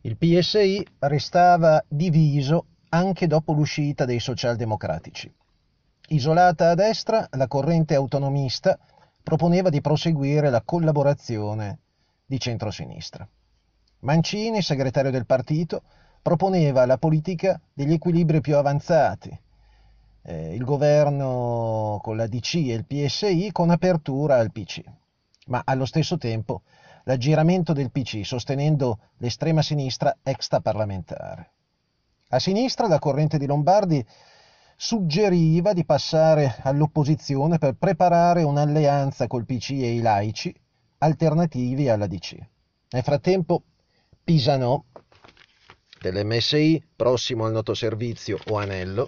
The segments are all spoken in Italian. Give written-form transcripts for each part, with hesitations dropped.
Il PSI restava diviso anche dopo l'uscita dei socialdemocratici. Isolata a destra, la corrente autonomista proponeva di proseguire la collaborazione di centrosinistra. Mancini, segretario del partito, proponeva la politica degli equilibri più avanzati, il governo con la DC e il PSI con apertura al PC, ma allo stesso tempo l'aggiramento del PC sostenendo l'estrema sinistra extraparlamentare. A sinistra la corrente di Lombardi suggeriva di passare all'opposizione per preparare un'alleanza col PC e i laici alternativi alla DC. Nel frattempo Pisanò, dell'MSI, prossimo al noto servizio o Anello,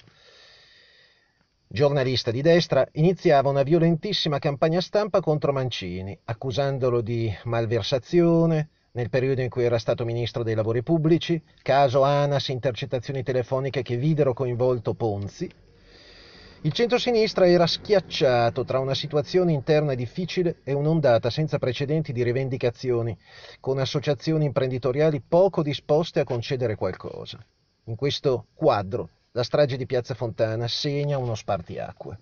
giornalista di destra, iniziava una violentissima campagna stampa contro Mancini, accusandolo di malversazione nel periodo in cui era stato ministro dei lavori pubblici, caso ANAS, intercettazioni telefoniche che videro coinvolto Ponzi. Il centrosinistra era schiacciato tra una situazione interna difficile e un'ondata senza precedenti di rivendicazioni, con associazioni imprenditoriali poco disposte a concedere qualcosa. In questo quadro, la strage di Piazza Fontana segna uno spartiacque.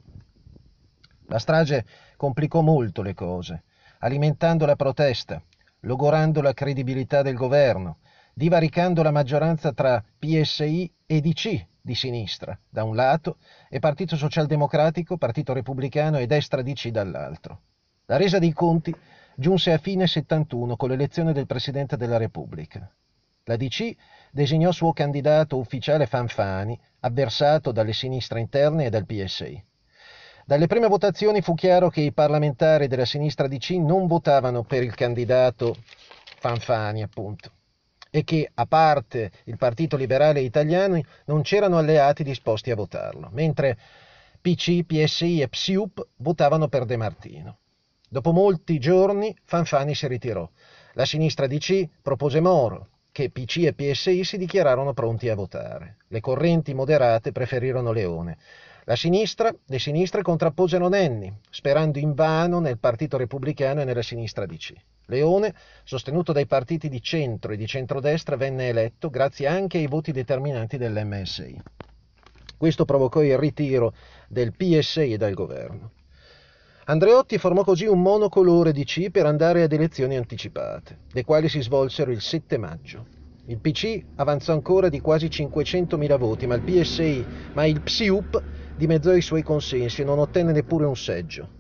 La strage complicò molto le cose, alimentando la protesta, logorando la credibilità del governo, divaricando la maggioranza tra PSI e DC di sinistra, da un lato, e Partito Socialdemocratico, Partito Repubblicano e Destra DC dall'altro. La resa dei conti giunse a fine 71 con l'elezione del Presidente della Repubblica. La DC designò suo candidato ufficiale Fanfani, avversato dalle sinistre interne e dal PSI. Dalle prime votazioni fu chiaro che i parlamentari della sinistra DC non votavano per il candidato Fanfani, appunto, e che, a parte il Partito Liberale Italiano, non c'erano alleati disposti a votarlo, mentre PC, PSI e PSIUP votavano per De Martino. Dopo molti giorni Fanfani si ritirò. La sinistra DC propose Moro, che PC e PSI si dichiararono pronti a votare. Le correnti moderate preferirono Leone. Le sinistre contrapposero Nenni, sperando invano nel Partito Repubblicano e nella sinistra DC. Leone, sostenuto dai partiti di centro e di centrodestra, venne eletto grazie anche ai voti determinanti dell'MSI. Questo provocò il ritiro del PSI dal governo. Andreotti formò così un monocolore DC per andare ad elezioni anticipate, le quali si svolsero il 7 maggio. Il PC avanzò ancora di quasi 500.000 voti, ma il PSIUP dimezzò i suoi consensi e non ottenne neppure un seggio.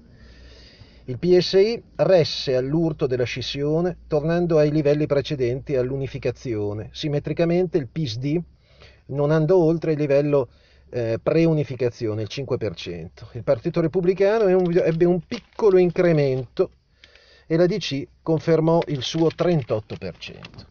Il PSI resse all'urto della scissione, tornando ai livelli precedenti all'unificazione. Simmetricamente il PSD non andò oltre il livello pre-unificazione, il 5%. Il Partito Repubblicano ebbe un piccolo incremento e la DC confermò il suo 38%.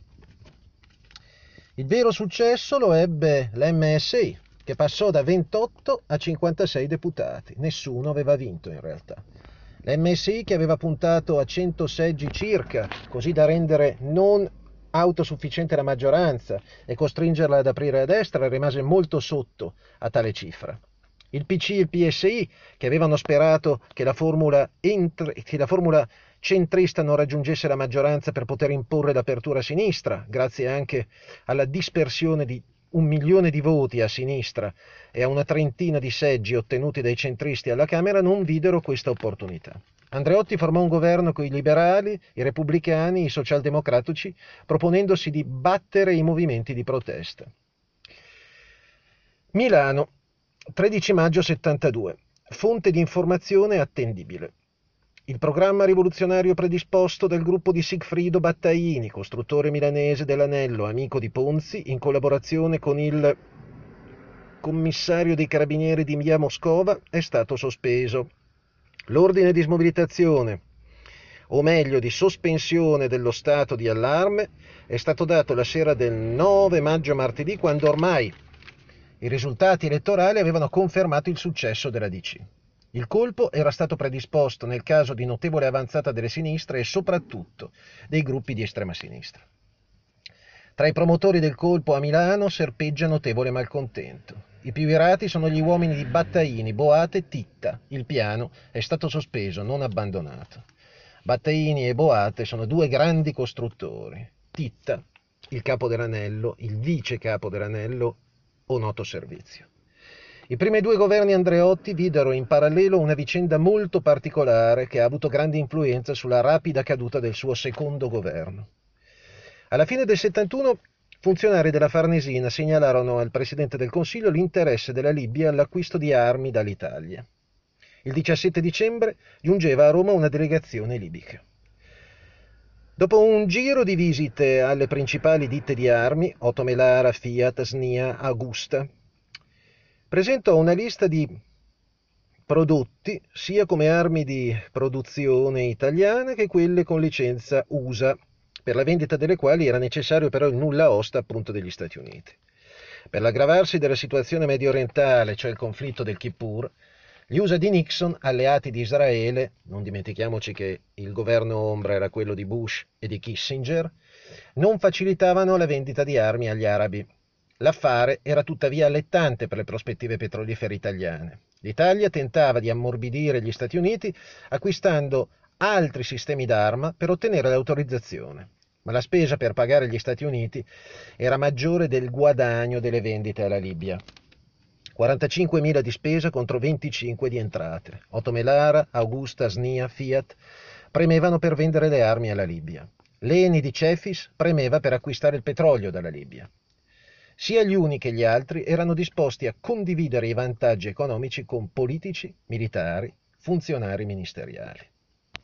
Il vero successo lo ebbe l'MSI, che passò da 28 a 56 deputati. Nessuno aveva vinto in realtà. L'MSI, che aveva puntato a 100 seggi circa, così da rendere non autosufficiente la maggioranza e costringerla ad aprire a destra, rimase molto sotto a tale cifra. Il PC e il PSI, che avevano sperato che la formula centrista non raggiungesse la maggioranza per poter imporre l'apertura a sinistra, grazie anche alla dispersione di 1 milione di voti a sinistra e a una trentina di seggi ottenuti dai centristi alla Camera, non videro questa opportunità. Andreotti formò un governo con i liberali, i repubblicani, i socialdemocratici, proponendosi di battere i movimenti di protesta. Milano, 13 maggio 72. Fonte di informazione attendibile. Il programma rivoluzionario predisposto dal gruppo di Sigfrido Battaini, costruttore milanese dell'Anello, amico di Ponzi, in collaborazione con il commissario dei carabinieri di via Moscova, è stato sospeso. L'ordine di smobilitazione, o meglio di sospensione dello stato di allarme, è stato dato la sera del 9 maggio martedì, quando ormai i risultati elettorali avevano confermato il successo della DC. Il colpo era stato predisposto nel caso di notevole avanzata delle sinistre e soprattutto dei gruppi di estrema sinistra. Tra i promotori del colpo a Milano serpeggia notevole malcontento. I più irati sono gli uomini di Battaini, Boate e Titta. Il piano è stato sospeso, non abbandonato. Battaini e Boate sono due grandi costruttori. Titta il capo dell'anello, il vice capo dell'anello o noto servizio. I primi due governi Andreotti videro in parallelo una vicenda molto particolare che ha avuto grande influenza sulla rapida caduta del suo secondo governo. Alla fine del 71, funzionari della Farnesina segnalarono al Presidente del Consiglio l'interesse della Libia all'acquisto di armi dall'Italia. Il 17 dicembre giungeva a Roma una delegazione libica. Dopo un giro di visite alle principali ditte di armi, Otto Melara, Fiat, SNIA, Augusta, presentò una lista di prodotti sia come armi di produzione italiana che quelle con licenza USA, per la vendita delle quali era necessario però il nulla osta appunto degli Stati Uniti. Per l'aggravarsi della situazione mediorientale, cioè il conflitto del Kippur, gli USA di Nixon, alleati di Israele, non dimentichiamoci che il governo ombra era quello di Bush e di Kissinger, non facilitavano la vendita di armi agli arabi. L'affare era tuttavia allettante per le prospettive petrolifere italiane. L'Italia tentava di ammorbidire gli Stati Uniti acquistando altri sistemi d'arma per ottenere l'autorizzazione, ma la spesa per pagare gli Stati Uniti era maggiore del guadagno delle vendite alla Libia. 45.000 di spesa contro 25 di entrate. Otto Melara, Augusta, SNIA, Fiat premevano per vendere le armi alla Libia. L'Eni di Cefis premeva per acquistare il petrolio dalla Libia. Sia gli uni che gli altri erano disposti a condividere i vantaggi economici con politici, militari, funzionari ministeriali.